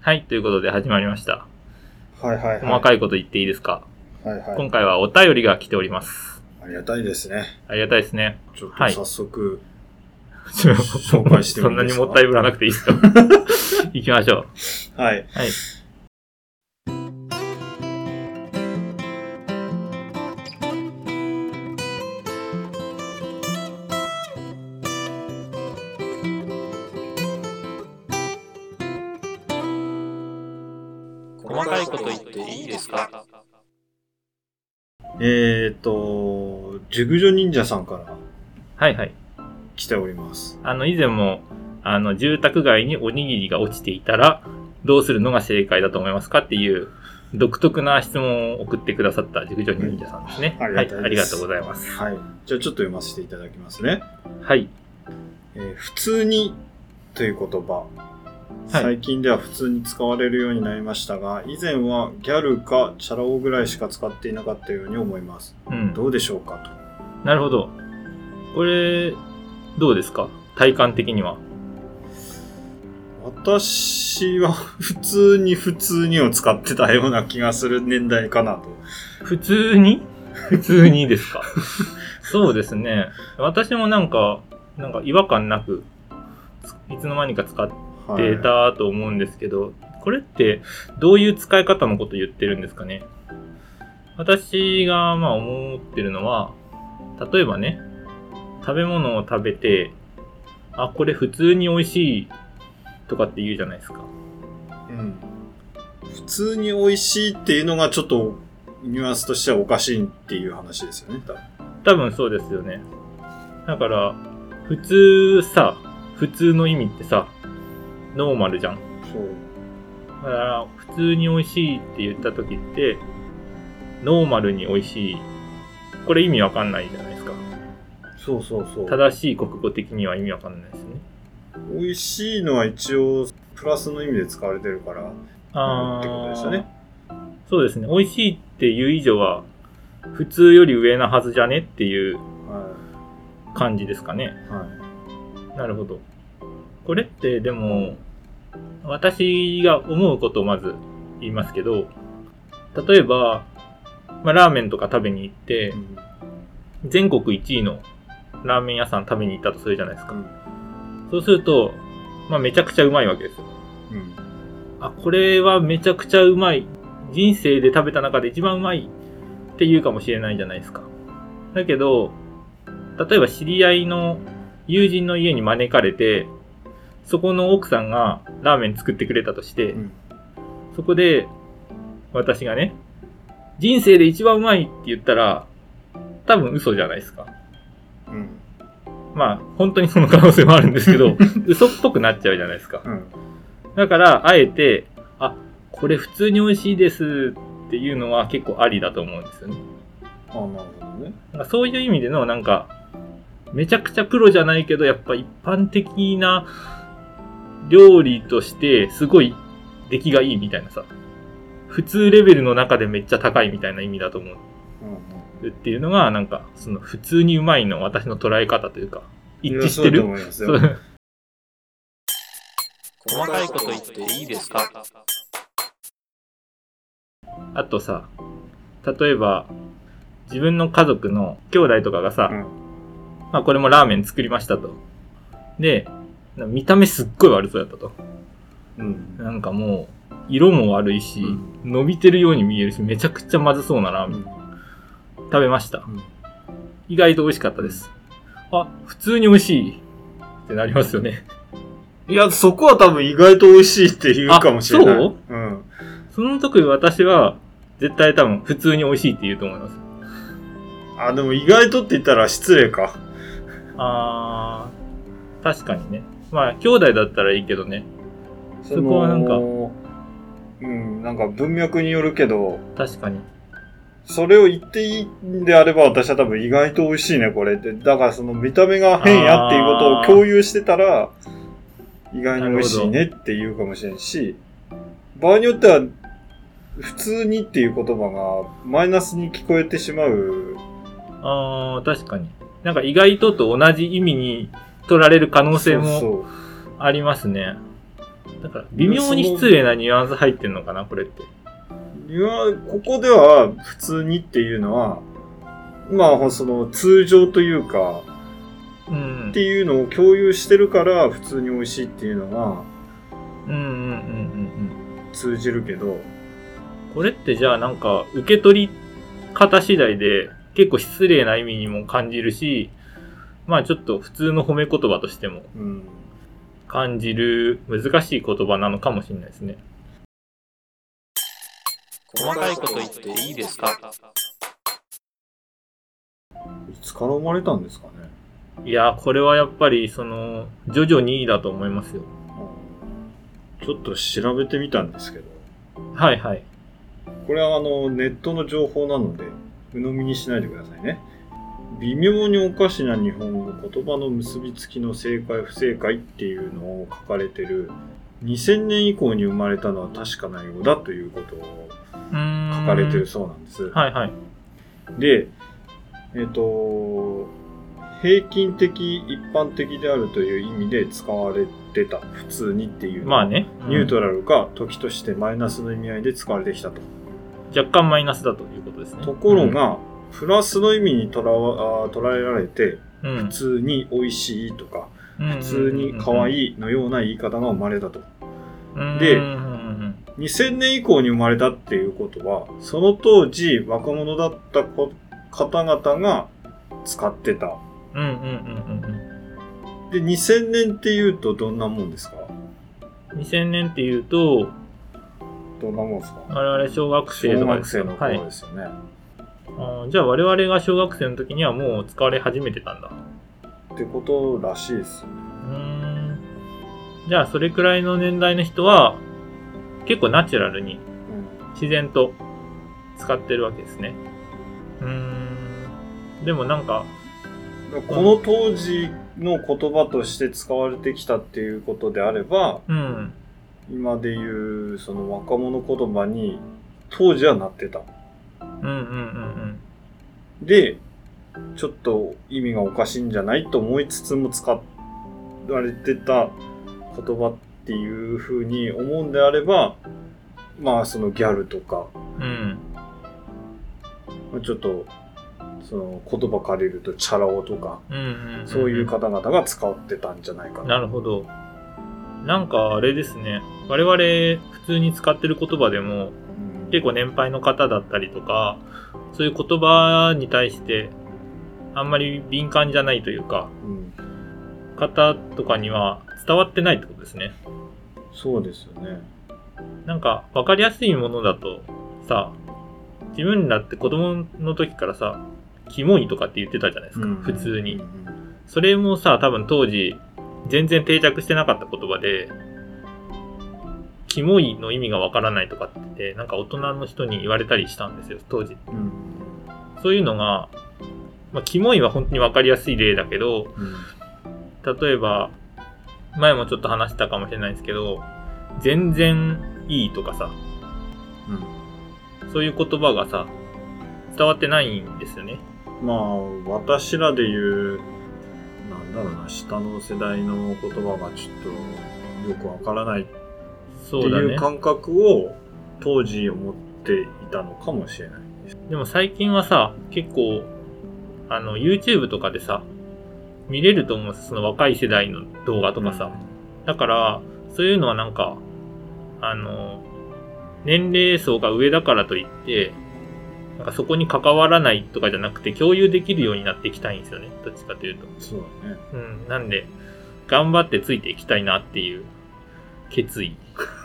はい、ということで始まりました。 はいはいはい。 細かいこと言っていいですか？ はいはい。 今回はお便りが来ております。 ありがたいですね。 ありがたいですね。 ちょっと早速、 紹紹介してもいいですか？ そんなにもったいぶらなくていいですよ。行きましょう。はい。 はい。細かいこと言っていいですか？ 熟女忍者さんからはいはい。 来ております。 以前も、住宅街におにぎりが落ちていたら、どうするのが正解だと思いますかっていう、独特な質問を送ってくださった熟女忍者さんですね。 ありがたいです。 はい、ありがとうございます。 はい。じゃあちょっと読ませていただきますね。 はい。 普通にという言葉。最近では普通に使われるようになりましたが、以前はギャルかチャラ男ぐらいしか使っていなかったように思います。どうでしょうかと。 なるほど。これ、どうですか？体感的には。 私は普通にを使ってたような気がする年代かなと。 普通にですか？そうですね。私もなんか違和感なく、いつの間にか使ってたと思うんですけど、これってどういう使い方のこと言ってるんですかね？私が思ってるのは、例えばね、食べ物を食べて、あ、これ普通に美味しいとかって言うじゃないですか。 うん。普通に美味しいっていうのがちょっとニュアンスとしてはおかしいっていう話ですよね。 多分そうですよね。だから、普通の意味ってさ、ノーマルじゃん。 そう。 だから、普通に美味しいって言った時って、ノーマルに美味しい。これ意味わかんないじゃないですか。 そうそうそう。 正しい国語的には意味わかんないですね。 美味しいのは一応プラスの意味で使われてるから、ってことですよね。 そうですね。美味しいっていう以上は、普通より上なはずじゃねっていう感じですかね。 はい。 なるほど。これってでも、私が思うことをまず言いますけど、例えば、ラーメンとか食べに行って、全国1位のラーメン屋さん食べに行ったとするじゃないですか。そうすると、めちゃくちゃうまいわけですよ。あ、これはめちゃくちゃうまい。人生で食べた中で一番うまいって言うかもしれないじゃないですか。だけど、例えば知り合いの友人の家に招かれて、そこの奥さんがラーメン作ってくれたとして、そこで私がね、人生で一番うまいって言ったら、多分嘘じゃないですか。本当にその可能性もあるんですけど、嘘っぽくなっちゃうじゃないですか。だから、あえて、これ普通に美味しいですっていうのは結構ありだと思うんですよね。 なるほどね。 そういう意味でのめちゃくちゃプロじゃないけど、やっぱ一般的な料理としてすごい出来がいいみたいなさ、普通レベルの中でめっちゃ高いみたいな意味だと思う。っていうのがその普通にうまいの私の捉え方というか一致してる。 そう細かいこと言っていいですか？あとさ、例えば自分の家族の兄弟とかがさ、これもラーメン作りましたと。で、見た目すっごい悪そうやったと。もう色も悪いし、伸びてるように見えるし、めちゃくちゃまずそうなラーメン。食べました。意外と美味しかったです。普通に美味しいってなりますよね。 いや、そこは多分意外と美味しいって言うかもしれない。 そう？その時私は絶対多分普通に美味しいって言うと思います。 でも意外とって言ったら失礼か。 確かにね。兄弟だったらいいけどね。そこは文脈によるけど。 確かに。 それを言っていいんであれば私は多分意外と美味しいねこれって。だからその見た目が変やっていうことを共有してたら意外に美味しいねって言うかもしれんし、場合によっては普通にっていう言葉がマイナスに聞こえてしまう。 確かに。意外と同じ意味に取られる可能性もありますね。 だから微妙に失礼なニュアンス入ってんのかな、これって。 ここでは普通にっていうのは、まあその通常というか、っていうのを共有してるから普通に美味しいっていうのが通じるけど、 これってじゃあなんか受け取り方次第で結構失礼な意味にも感じるし、まあちょっと普通の褒め言葉としても感じる難しい言葉なのかもしれないですね。 細かいこと言っていいですか？ いつから生まれたんですかね。 いや、これはやっぱりその徐々にだと思いますよ。 ちょっと調べてみたんですけど。 はいはい。 これはネットの情報なので鵜呑みにしないでくださいね。微妙におかしな日本語、言葉の結びつきの正解不正解っていうのを書かれてる2000年以降に生まれたのは確かなようだということを書かれてるそうなんです。 はいはい。 で、平均的一般的であるという意味で使われてた普通にっていうのは、 まあね、 ニュートラルか時としてマイナスの意味合いで使われてきたと。 若干マイナスだということですね。 ところが、プラスの意味に捉えられて、普通に美味しいとか、普通に可愛いのような言い方が生まれたと。で、2000年以降に生まれたっていうことは、その当時若者だった方々が使ってた。で、2000年っていうとどんなもんですか？ 2000 年っていうと、 どんなもんですか？ 我々小学生とかです小学生の頃ですよね。 はい、じゃあ我々が小学生の時にはもう使われ始めてたんだ。 ってことらしいですよね。 じゃあそれくらいの年代の人は結構ナチュラルに自然と使ってるわけですね。でもなんかこの当時の言葉として使われてきたっていうことであれば、今でいうその若者言葉に当時はなってた。で、ちょっと意味がおかしいんじゃないと思いつつも使われてた言葉っていう風に思うんであれば、まあそのギャルとか、ちょっとその言葉借りるとチャラ男とか、そういう方々が使ってたんじゃないかな。 なるほど。なんかあれですね。我々普通に使ってる言葉でも、結構年配の方だったりとか、そういう言葉に対してあんまり敏感じゃないというか、方とかには伝わってないってことですね。 そうですよね。 なんか分かりやすいものだとさ、自分らって子供の時からさ、キモいとかって言ってたじゃないですか、普通に。それもさ、多分当時全然定着してなかった言葉で、キモいの意味がわからないとかってなんか大人の人に言われたりしたんですよ、当時。そういうのが、まあ、キモいは本当にわかりやすい例だけど、例えば前もちょっと話したかもしれないですけど、全然いいとかさ、そういう言葉がさ伝わってないんですよね。 まあ私らで言うなんだろうな、下の世代の言葉がちょっとよくわからないっていう感覚を当時思っていたのかもしれないです。 でも最近はさ、結構YouTube とかでさ見れると思うんです、その若い世代の動画とかさ。だからそういうのはなんか年齢層が上だからといってなんかそこに関わらないとかじゃなくて共有できるようになっていきたいんですよね、どっちかというと。 そうだね。 なんで頑張ってついていきたいなっていう決意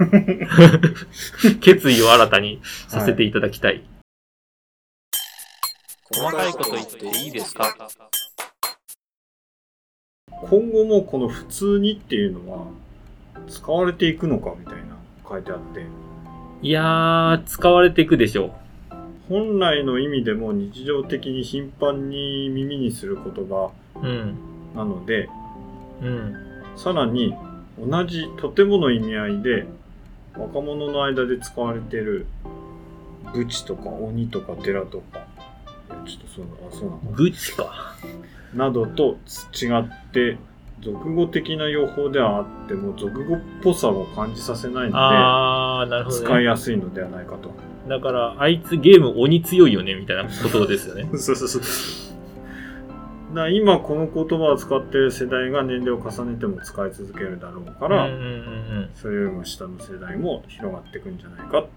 決意を新たにさせていただきたい。 細かいこと言っていいですか？ 今後もこの普通にっていうのは使われていくのかみたいな書いてあって。 いやー、使われていくでしょう。 本来の意味でも日常的に頻繁に耳にする言葉なので、さらに同じとてもの意味合いで若者の間で使われているブチとか鬼とか寺とか、ちょっとそうなのブチかなどと違って俗語的な用法ではあっても俗語っぽさを感じさせないのあー、なるほで、 どね。 使いやすいのではないかと。 だから、あいつゲーム鬼強いよね、みたいなことですよね。 そうそうそう。だから今この言葉を使っている世代が年齢を重ねても使い続けるだろうから、それよりも下の世代も広がっていくんじゃないか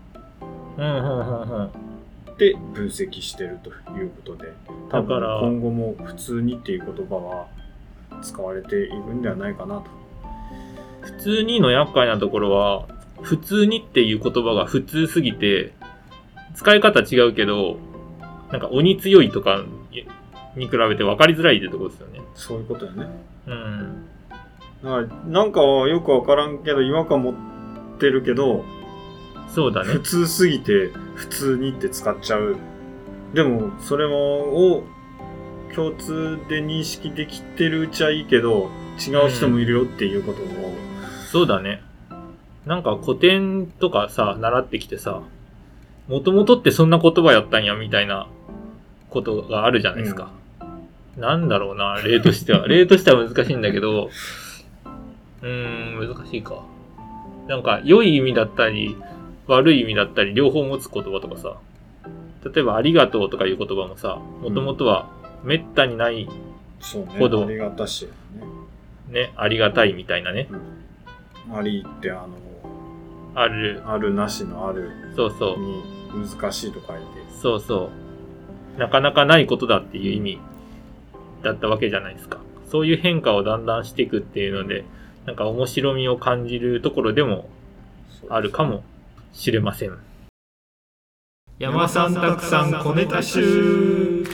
って分析してるということで、多分今後も普通にっていう言葉は使われていくんではないかなと。 普通にの厄介なところは、普通にっていう言葉が普通すぎて、使い方違うけど、なんか鬼強いとかに比べて分かりづらいってところですよね。 そういうことよね。 うん。 だからなんかよく分からんけど違和感持ってるけど、 そうだね。 普通すぎて普通にって使っちゃう。でもそれを共通で認識できてるうちはいいけど、違う人もいるよっていうことを、 そうだね。なんか古典とかさ、習ってきてさ、もともとってそんな言葉やったんやみたいなことがあるじゃないですか。なんだろうな、例としては。例としては難しいんだけど、難しいか。なんか、良い意味だったり、悪い意味だったり、両方持つ言葉とかさ、例えばありがとうとかいう言葉もさ、もともとはめったにないほど、 ありがたしね、ありがたいみたいなね。 ありってあるなしのあるに難しいと書いて、 そうそう。なかなかないことだっていう意味だったわけじゃないですか。そういう変化をだんだんしていくっていうので、なんか面白みを感じるところでもあるかもしれません。山さんたくさん小ネタ集。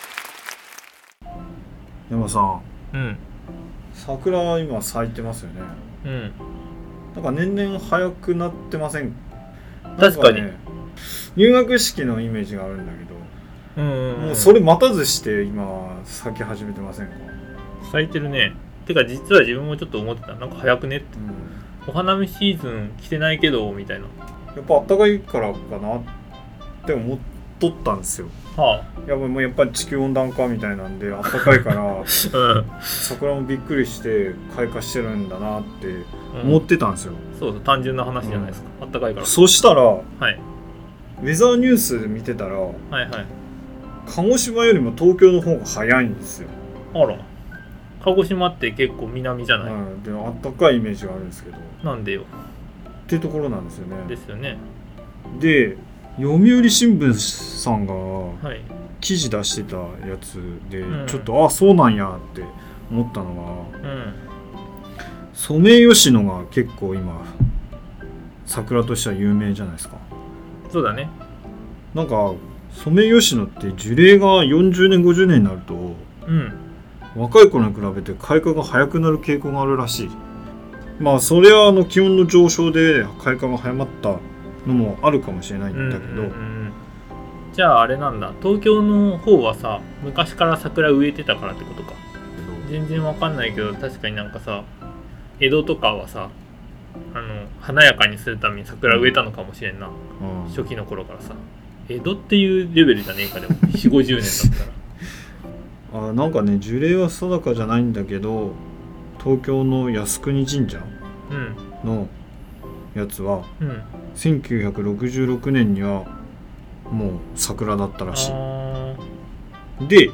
山さん。桜は今咲いてますよね。なんか年々早くなってません？ 確かに。 入学式のイメージがあるんだけど、もうそれ待たずして今咲き始めてませんか？ 咲いてるね。てか実は自分もちょっと思ってた。なんか早くねって。お花見シーズン来てないけどみたいな。 やっぱ暖かいからかなって思っとったんですよ。やっぱり地球温暖化みたいなんで暖かいから、桜もびっくりして開花してるんだなって思ってたんですよ。 そう単純な話じゃないですか。暖かいから。 そしたら、ウェザーニュース見てたら、鹿児島よりも東京の方が早いんですよ。 あら。鹿児島って結構南じゃない？ で暖かいイメージがあるんですけど。 なんでよ。 ってところなんですよね。 ですよね。 で、読売新聞さんが記事出してたやつで、ちょっとそうなんやって思ったのが、ソメイヨシノが結構今桜としては有名じゃないですか。 そうだね。 なんかソメイヨシノって樹齢が40年50年になると、若い頃に比べて開花が早くなる傾向があるらしい。まあそれは気温の上昇で開花が早まったのもあるかもしれないんだけど、 じゃああれなんだ、東京の方はさ、昔から桜植えてたからってことか。全然わかんないけど、確かになんかさ、江戸とかはさ、華やかにするために桜植えたのかもしれんな、初期の頃からさ。江戸っていうレベルじゃねえか、でも4、50年だったら。 なんかね、樹齢は定かじゃないんだけど、東京の靖国神社のやつは、1966年にはもう桜だったらしい。で、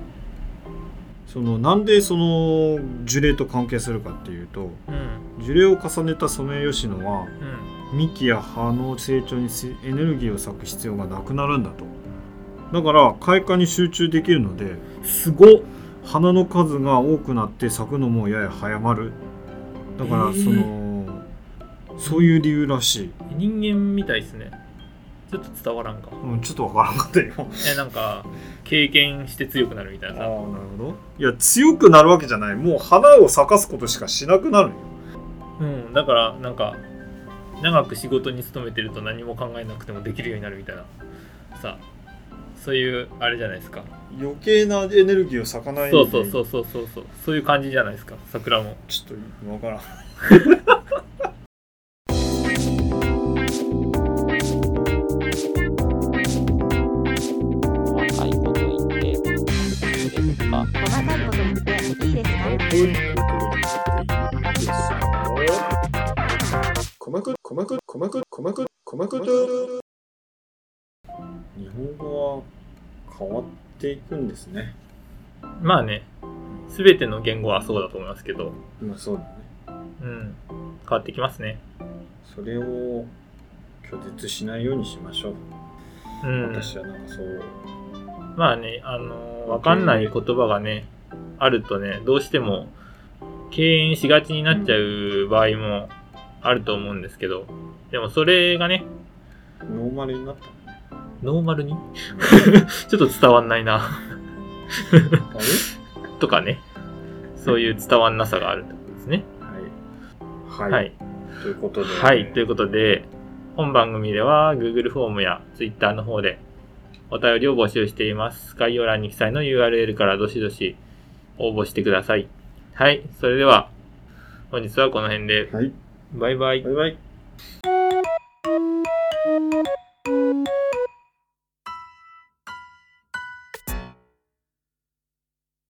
なんでその樹齢と関係するかっていうと、樹齢を重ねたソメイヨシノは、幹や葉の成長にエネルギーを割く必要がなくなるんだと。だから開花に集中できるので、花の数が多くなって咲くのもやや早まる。だからそういう理由らしい。 人間みたいですね。ちょっと伝わらんか。 ちょっとわからんかったよ。 なんか経験して強くなるみたいなさ。 なるほど。いや、強くなるわけじゃない。もう花を咲かすことしかしなくなるよ。 だからなんか長く仕事に勤めてると何も考えなくてもできるようになるみたいなさ。そういうあれじゃないですか。 余計なエネルギーを咲かない。 そういう感じじゃないですか。桜も。 ちょっとわからん。 細かいこと言っていいですか？ 細かいこと言っていいですか？ 鎌倉。日本語は変わっていくんですね。 まあね、すべての言語はそうだと思いますけど、 まあそうだね。 うん、変わってきますね。 それを拒絶しないようにしましょう。 うん、 私はなんかそう。 まあね、わかんない言葉がね、あるとね、どうしても敬遠しがちになっちゃう場合もあると思うんですけど、でもそれがね、 ノーマルになった。 ノーマルにちょっと伝わんないなあれとかね、そういう伝わんなさがあるってことですね。 はい。 はい。 ということで。 はい。ということで、本番組では Google フォームや Twitter の方でお便りを募集しています。概要欄に記載の URL からどしどし応募してください。はい。それでは、本日はこの辺で。 はい。 バイバイ。 バイバイ。